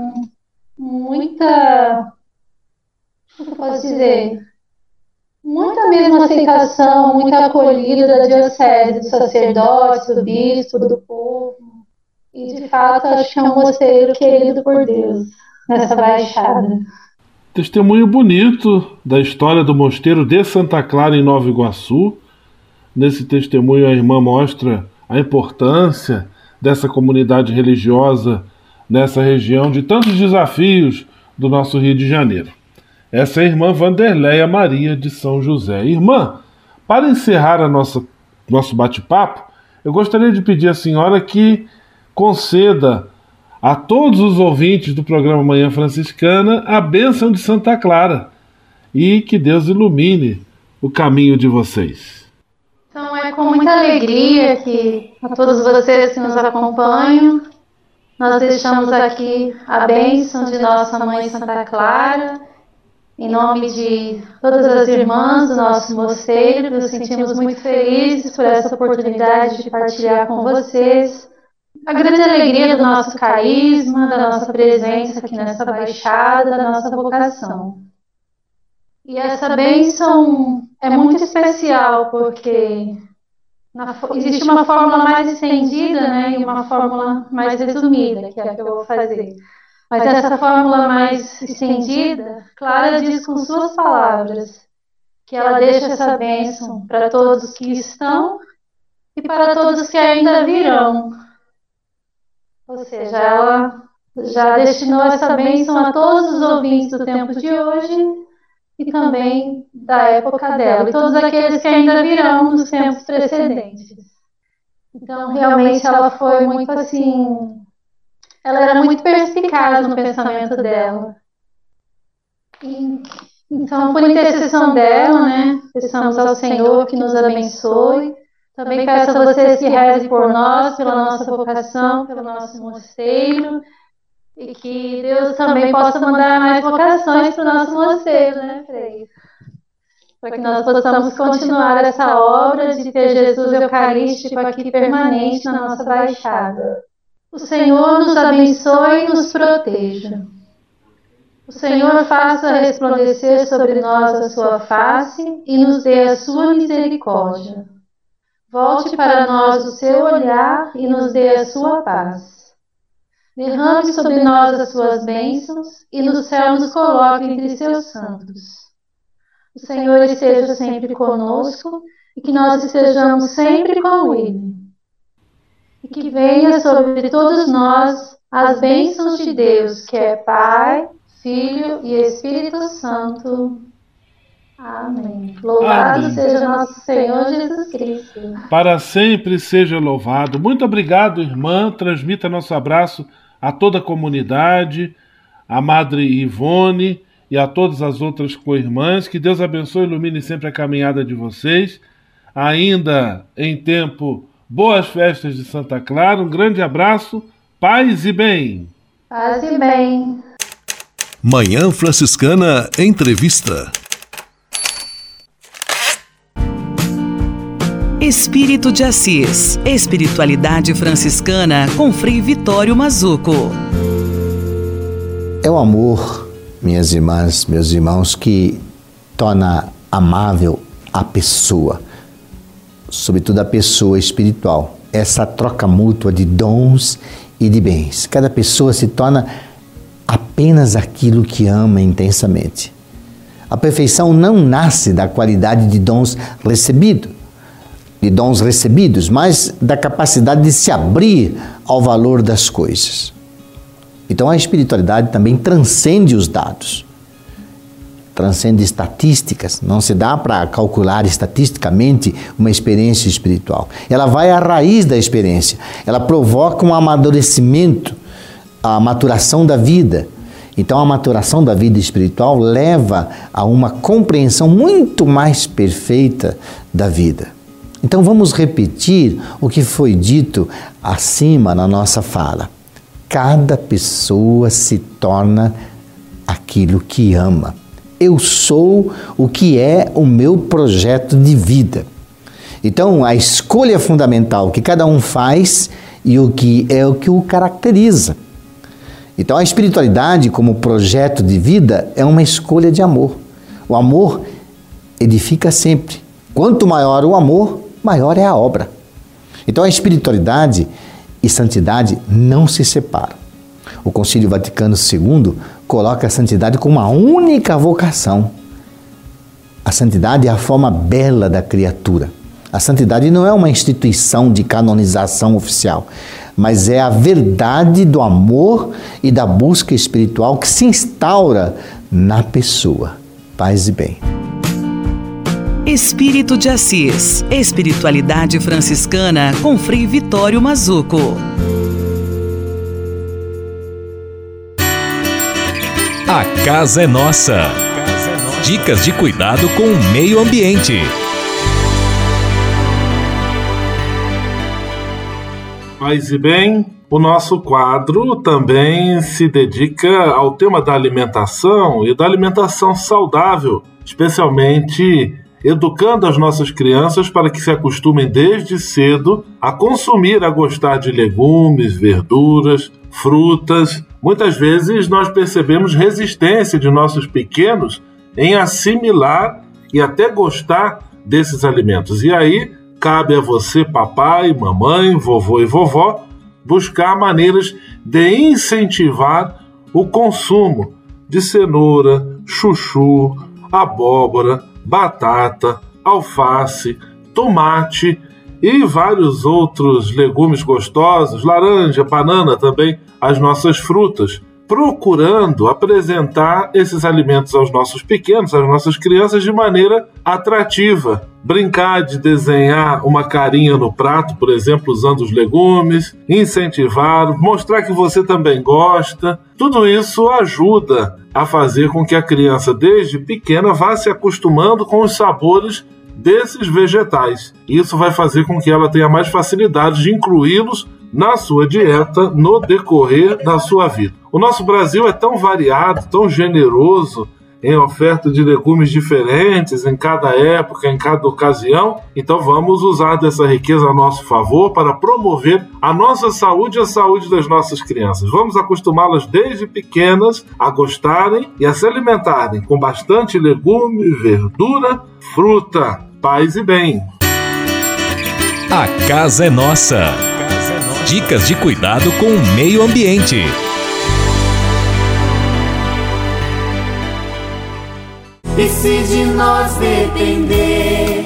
muita, como eu posso dizer, muita mesmo aceitação, muita acolhida da diocese, do sacerdote, do bispo, do povo. E de fato acho que é um mosteiro querido por Deus nessa Baixada. Testemunho bonito da história do mosteiro de Santa Clara em Nova Iguaçu. Nesse testemunho a irmã mostra a importância dessa comunidade religiosa nessa região de tantos desafios do nosso Rio de Janeiro. Essa é a irmã Vanderleia Maria de São José. Irmã, para encerrar nosso bate-papo, eu gostaria de pedir à senhora que conceda a todos os ouvintes do programa Manhã Franciscana a bênção de Santa Clara e que Deus ilumine o caminho de vocês. Então é com muita alegria que a todos vocês que nos acompanham, nós deixamos aqui a bênção de nossa Mãe Santa Clara, em nome de todas as irmãs do nosso mosteiro. Nos sentimos muito felizes por essa oportunidade de partilhar com vocês a grande alegria do nosso carisma, da nossa presença aqui nessa Baixada, da nossa vocação. E essa bênção é muito especial porque existe uma fórmula mais estendida, né, e uma fórmula mais resumida, que é a que eu vou fazer. Mas essa fórmula mais estendida, Clara diz com suas palavras que ela deixa essa bênção para todos que estão e para todos que ainda virão. Ou seja, ela já destinou essa bênção a todos os ouvintes do tempo de hoje e também da época dela, e todos aqueles que ainda virão nos tempos precedentes. Então, realmente, ela foi muito assim... Ela era muito perspicaz no pensamento dela. Então, por intercessão dela, né, peçamos ao Senhor que nos abençoe. Também peço a vocês que rezem por nós, pela nossa vocação, pelo nosso mosteiro, e que Deus também possa mandar mais vocações para o nosso mosteiro, né, Frei? Para que nós possamos continuar essa obra de ter Jesus Eucarístico aqui permanente na nossa Baixada. O Senhor nos abençoe e nos proteja. O Senhor faça resplandecer sobre nós a sua face e nos dê a sua misericórdia. Volte para nós o seu olhar e nos dê a sua paz. Derrame sobre nós as suas bênçãos e no céu nos coloque entre seus santos. O Senhor esteja sempre conosco e que nós estejamos sempre com Ele. E que venha sobre todos nós as bênçãos de Deus, que é Pai, Filho e Espírito Santo. Amém. Louvado Amém. seja nosso Senhor Jesus Cristo. Para sempre seja louvado. Muito obrigado, irmã. Transmita nosso abraço a toda a comunidade, a Madre Ivone e a todas as outras co-irmãs. Que Deus abençoe e ilumine sempre a caminhada de vocês. Ainda em tempo, boas festas de Santa Clara. Um grande abraço, paz e bem. Paz e bem. Manhã Franciscana Entrevista. Espírito de Assis. Espiritualidade franciscana com Frei Vitório Mazuco. É o amor, minhas irmãs, meus irmãos, que torna amável a pessoa, sobretudo a pessoa espiritual. Essa troca mútua de dons e de bens. Cada pessoa se torna apenas aquilo que ama intensamente. A perfeição não nasce da qualidade de dons recebidos, mas da capacidade de se abrir ao valor das coisas. Então a espiritualidade também transcende os dados, transcende estatísticas. Não se dá para calcular estatisticamente uma experiência espiritual. Ela vai à raiz da experiência, ela provoca um amadurecimento, a maturação da vida. Então a maturação da vida espiritual leva a uma compreensão muito mais perfeita da vida. Então vamos repetir o que foi dito acima na nossa fala. Cada pessoa se torna aquilo que ama. Eu sou o que é o meu projeto de vida. Então, a escolha fundamental que cada um faz e o que o caracteriza. Então, a espiritualidade como projeto de vida é uma escolha de amor. O amor edifica sempre. Quanto maior o amor, maior é a obra. Então, a espiritualidade e santidade não se separam. O Concílio Vaticano II coloca a santidade como uma única vocação. A santidade é a forma bela da criatura. A santidade não é uma instituição de canonização oficial, mas é a verdade do amor e da busca espiritual que se instaura na pessoa. Paz e bem. Espírito de Assis. Espiritualidade franciscana com Frei Vitório Mazzuco. A casa é nossa. Dicas de cuidado com o meio ambiente. Paz e bem, o nosso quadro também se dedica ao tema da alimentação e da alimentação saudável, especialmente educando as nossas crianças para que se acostumem desde cedo a consumir, a gostar de legumes, verduras, frutas. Muitas vezes nós percebemos resistência de nossos pequenos em assimilar e até gostar desses alimentos. E aí cabe a você, papai, mamãe, vovô e vovó, buscar maneiras de incentivar o consumo de cenoura, chuchu, abóbora, batata, alface, tomate e vários outros legumes gostosos, laranja, banana também, as nossas frutas, procurando apresentar esses alimentos aos nossos pequenos, às nossas crianças, de maneira atrativa. Brincar de desenhar uma carinha no prato, por exemplo, usando os legumes, incentivar, mostrar que você também gosta. Tudo isso ajuda a fazer com que a criança, desde pequena, vá se acostumando com os sabores desses vegetais. Isso vai fazer com que ela tenha mais facilidade de incluí-los na sua dieta no decorrer da sua vida. O nosso Brasil é tão variado, tão generoso em oferta de legumes diferentes em cada época, em cada ocasião. Então vamos usar dessa riqueza a nosso favor para promover a nossa saúde e a saúde das nossas crianças. Vamos acostumá-las desde pequenas a gostarem e a se alimentarem com bastante legume, verdura, fruta. Paz e bem. A casa é nossa. Dicas de cuidado com o meio ambiente. E se de nós depender,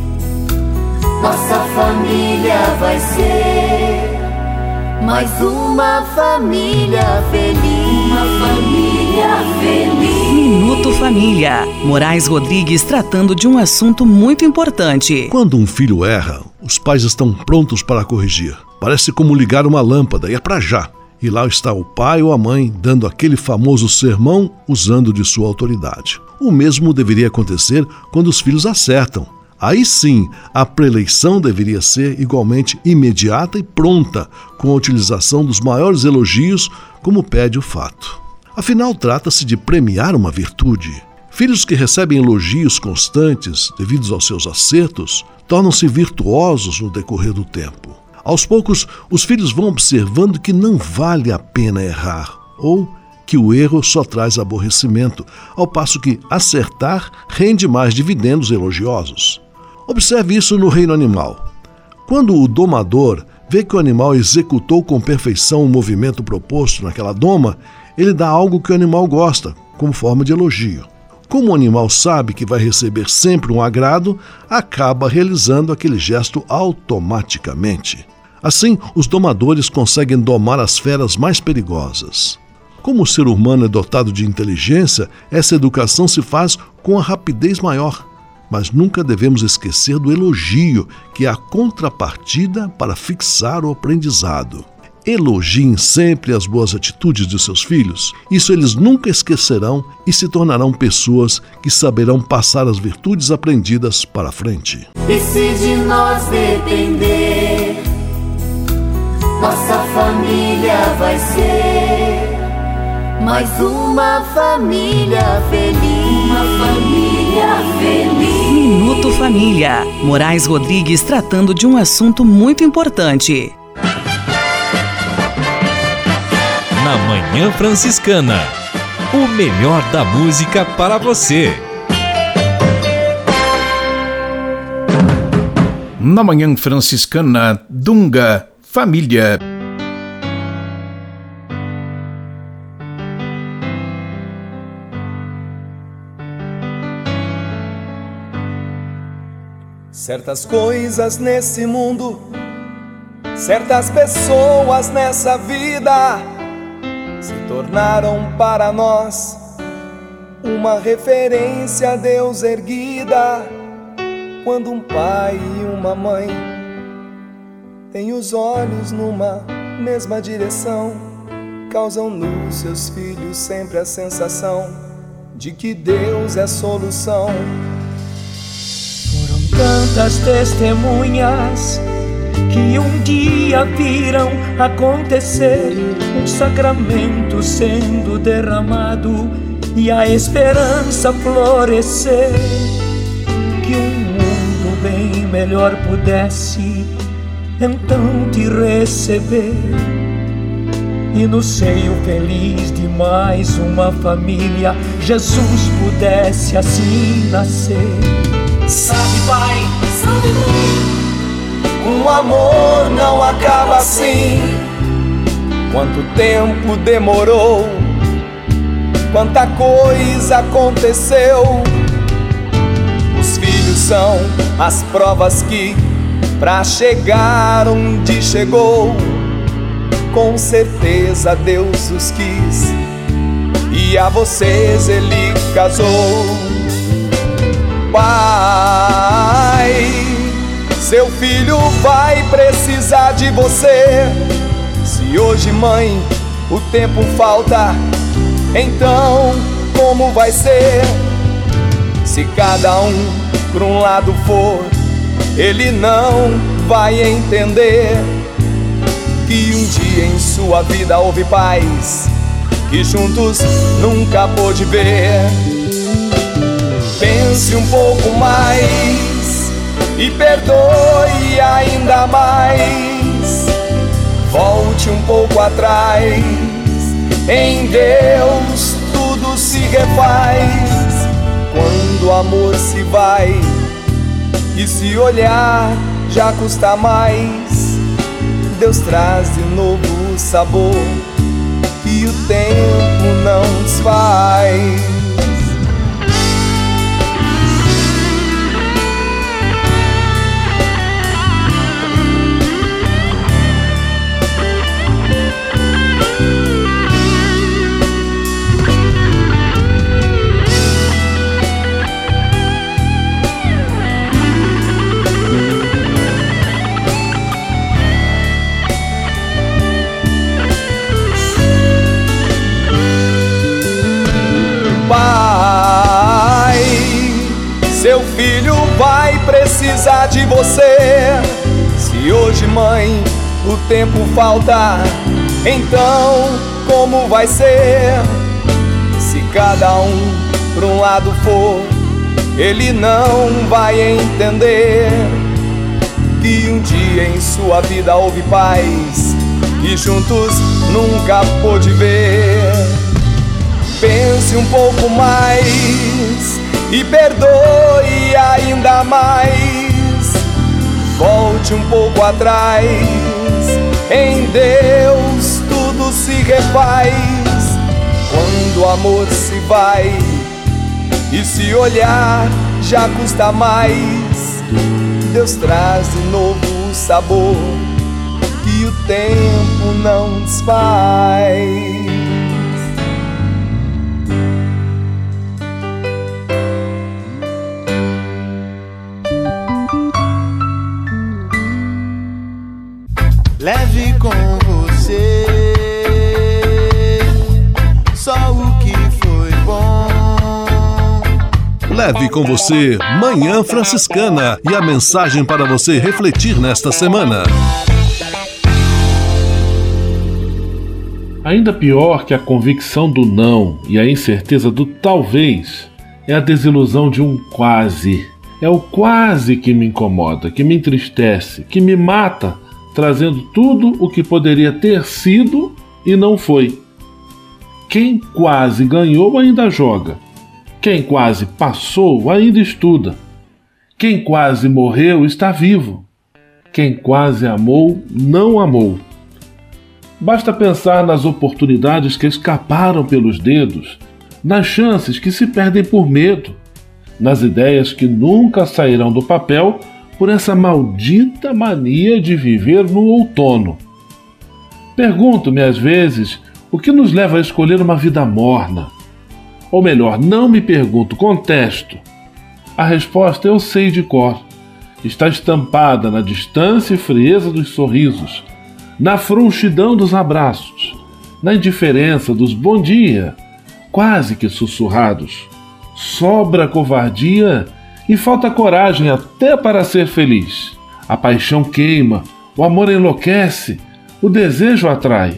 nossa família vai ser mais uma família feliz. Uma família feliz. Minuto Família. Moraes Rodrigues tratando de um assunto muito importante. Quando um filho erra, os pais estão prontos para corrigir. Parece como ligar uma lâmpada, e é pra já. E lá está o pai ou a mãe dando aquele famoso sermão usando de sua autoridade. O mesmo deveria acontecer quando os filhos acertam. Aí sim, a preleição deveria ser igualmente imediata e pronta, com a utilização dos maiores elogios, como pede o fato. Afinal, trata-se de premiar uma virtude. Filhos que recebem elogios constantes devidos aos seus acertos tornam-se virtuosos no decorrer do tempo. Aos poucos, os filhos vão observando que não vale a pena errar, ou que o erro só traz aborrecimento, ao passo que acertar rende mais dividendos elogiosos. Observe isso no reino animal. Quando o domador vê que o animal executou com perfeição o movimento proposto naquela doma, ele dá algo que o animal gosta, como forma de elogio. Como o animal sabe que vai receber sempre um agrado, acaba realizando aquele gesto automaticamente. Assim, os domadores conseguem domar as feras mais perigosas. Como o ser humano é dotado de inteligência, essa educação se faz com a rapidez maior. Mas nunca devemos esquecer do elogio, que é a contrapartida para fixar o aprendizado. Elogiem sempre as boas atitudes de seus filhos. Isso eles nunca esquecerão e se tornarão pessoas que saberão passar as virtudes aprendidas para frente. E se de nós depender, nossa família vai ser mais uma família feliz. Uma uma família feliz. Minuto Família. Moraes Rodrigues tratando de um assunto muito importante. Na Manhã Franciscana, o melhor da música para você. Na Manhã Franciscana, Dunga, família. Certas coisas nesse mundo, certas pessoas nessa vida se tornaram para nós uma referência a Deus erguida. Quando um pai e uma mãe têm os olhos numa mesma direção, causam nos seus filhos sempre a sensação de que Deus é a solução. Tantas testemunhas que um dia viram acontecer, um sacramento sendo derramado e a esperança florescer, que um mundo bem melhor pudesse então te receber, e no seio feliz de mais uma família Jesus pudesse assim nascer. Sabe, pai, sabe, mãe, um amor não acaba assim. Quanto tempo demorou, quanta coisa aconteceu. Os filhos são as provas que pra chegar onde chegou, com certeza Deus os quis e a vocês Ele casou. Pai, seu filho vai precisar de você. Se hoje, mãe, o tempo falta, então como vai ser? Se cada um por um lado for, ele não vai entender que um dia em sua vida houve paz que juntos nunca pôde ver. Pense um pouco mais e perdoe ainda mais. Volte um pouco atrás, em Deus tudo se refaz. Quando o amor se vai e se olhar já custa mais, Deus traz de novo o sabor que o tempo não desfaz. Pai, seu filho vai precisar de você. Se hoje, mãe, o tempo falta, então como vai ser? Se cada um por um lado for, ele não vai entender que um dia em sua vida houve paz que juntos nunca pôde ver. Pense um pouco mais e perdoe ainda mais. Volte um pouco atrás, em Deus tudo se refaz. Quando o amor se vai e se olhar já custa mais, Deus traz de novo o sabor que o tempo não desfaz. Leve com você só o que foi bom. Leve com você Manhã Franciscana e a mensagem para você refletir nesta semana. Ainda pior que a convicção do não e a incerteza do talvez é a desilusão de um quase. É o quase que me incomoda, que me entristece, que me mata, trazendo tudo o que poderia ter sido e não foi. Quem quase ganhou ainda joga. Quem quase passou ainda estuda. Quem quase morreu está vivo. Quem quase amou não amou. Basta pensar nas oportunidades que escaparam pelos dedos, nas chances que se perdem por medo, nas ideias que nunca sairão do papel por essa maldita mania de viver no outono. Pergunto-me às vezes o que nos leva a escolher uma vida morna. Ou melhor, não me pergunto, contesto. A resposta eu sei de cor. Está estampada na distância e frieza dos sorrisos, na frouxidão dos abraços, na indiferença dos bom dia, quase que sussurrados. Sobra covardia e falta coragem até para ser feliz. A paixão queima, o amor enlouquece, o desejo atrai.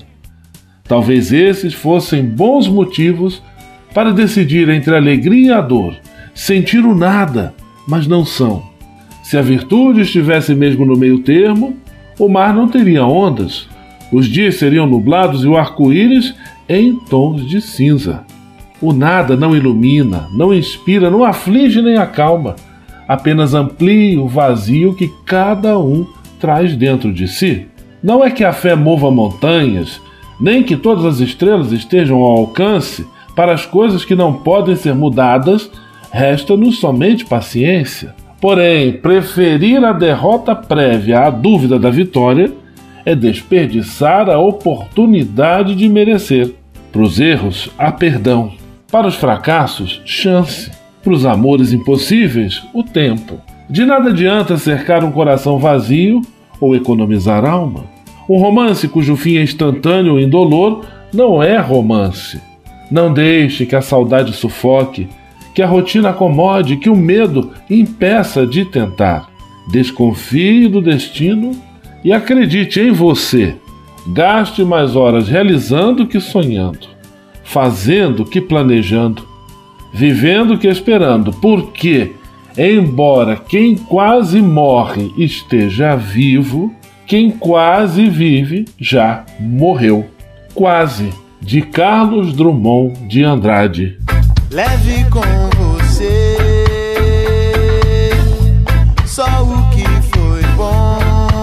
Talvez esses fossem bons motivos para decidir entre a alegria e a dor, sentir o nada, mas não são. Se a virtude estivesse mesmo no meio termo, o mar não teria ondas, os dias seriam nublados e o arco-íris em tons de cinza. O nada não ilumina, não inspira, não aflige nem acalma, apenas amplia o vazio que cada um traz dentro de si. Não é que a fé mova montanhas, nem que todas as estrelas estejam ao alcance. Para as coisas que não podem ser mudadas, resta-nos somente paciência. Porém, preferir a derrota prévia à dúvida da vitória é desperdiçar a oportunidade de merecer. Para os erros, há perdão. Para os fracassos, chance. Para os amores impossíveis, o tempo. De nada adianta cercar um coração vazio ou economizar alma. Um romance cujo fim é instantâneo e indolor não é romance. Não deixe que a saudade sufoque, que a rotina acomode, que o medo impeça de tentar. Desconfie do destino e acredite em você. Gaste mais horas realizando que sonhando, fazendo que planejando, vivendo que esperando, porque, embora quem quase morre esteja vivo, quem quase vive já morreu. Quase, de Carlos Drummond de Andrade. Leve com você só o que foi bom.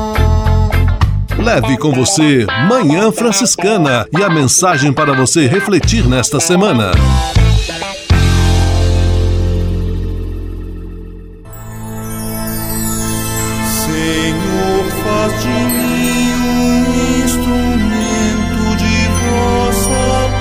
Leve com você Manhã Franciscana e a mensagem para você refletir nesta semana. Senhor, faz de mim um instrumento de vossa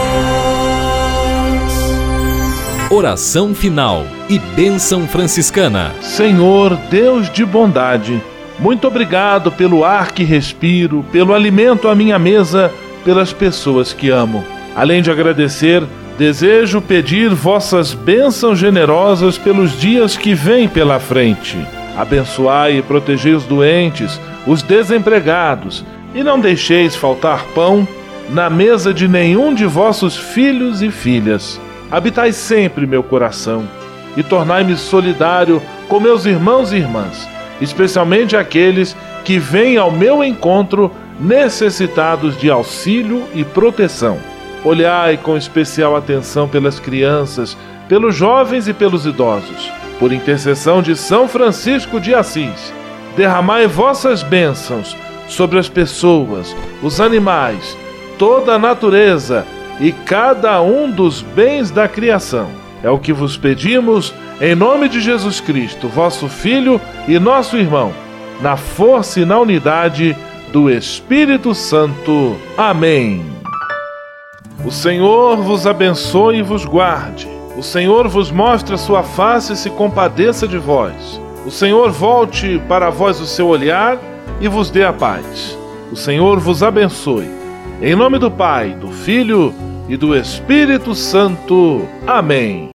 paz. Oração final e bênção franciscana. Senhor, Deus de bondade, muito obrigado pelo ar que respiro, pelo alimento à minha mesa, pelas pessoas que amo. Além de agradecer, desejo pedir vossas bênçãos generosas pelos dias que vêm pela frente. Abençoai e protegei os doentes, os desempregados, e não deixeis faltar pão na mesa de nenhum de vossos filhos e filhas. Habitai sempre meu coração e tornai-me solidário com meus irmãos e irmãs, especialmente aqueles que vêm ao meu encontro necessitados de auxílio e proteção. Olhai com especial atenção pelas crianças, pelos jovens e pelos idosos. Por intercessão de São Francisco de Assis, derramai vossas bênçãos sobre as pessoas, os animais, toda a natureza e cada um dos bens da criação. É o que vos pedimos, em nome de Jesus Cristo, vosso Filho e nosso irmão, na força e na unidade do Espírito Santo. Amém. O Senhor vos abençoe e vos guarde. O Senhor vos mostre a sua face e se compadeça de vós. O Senhor volte para vós o seu olhar e vos dê a paz. O Senhor vos abençoe. Em nome do Pai, do Filho e do Espírito Santo. Amém.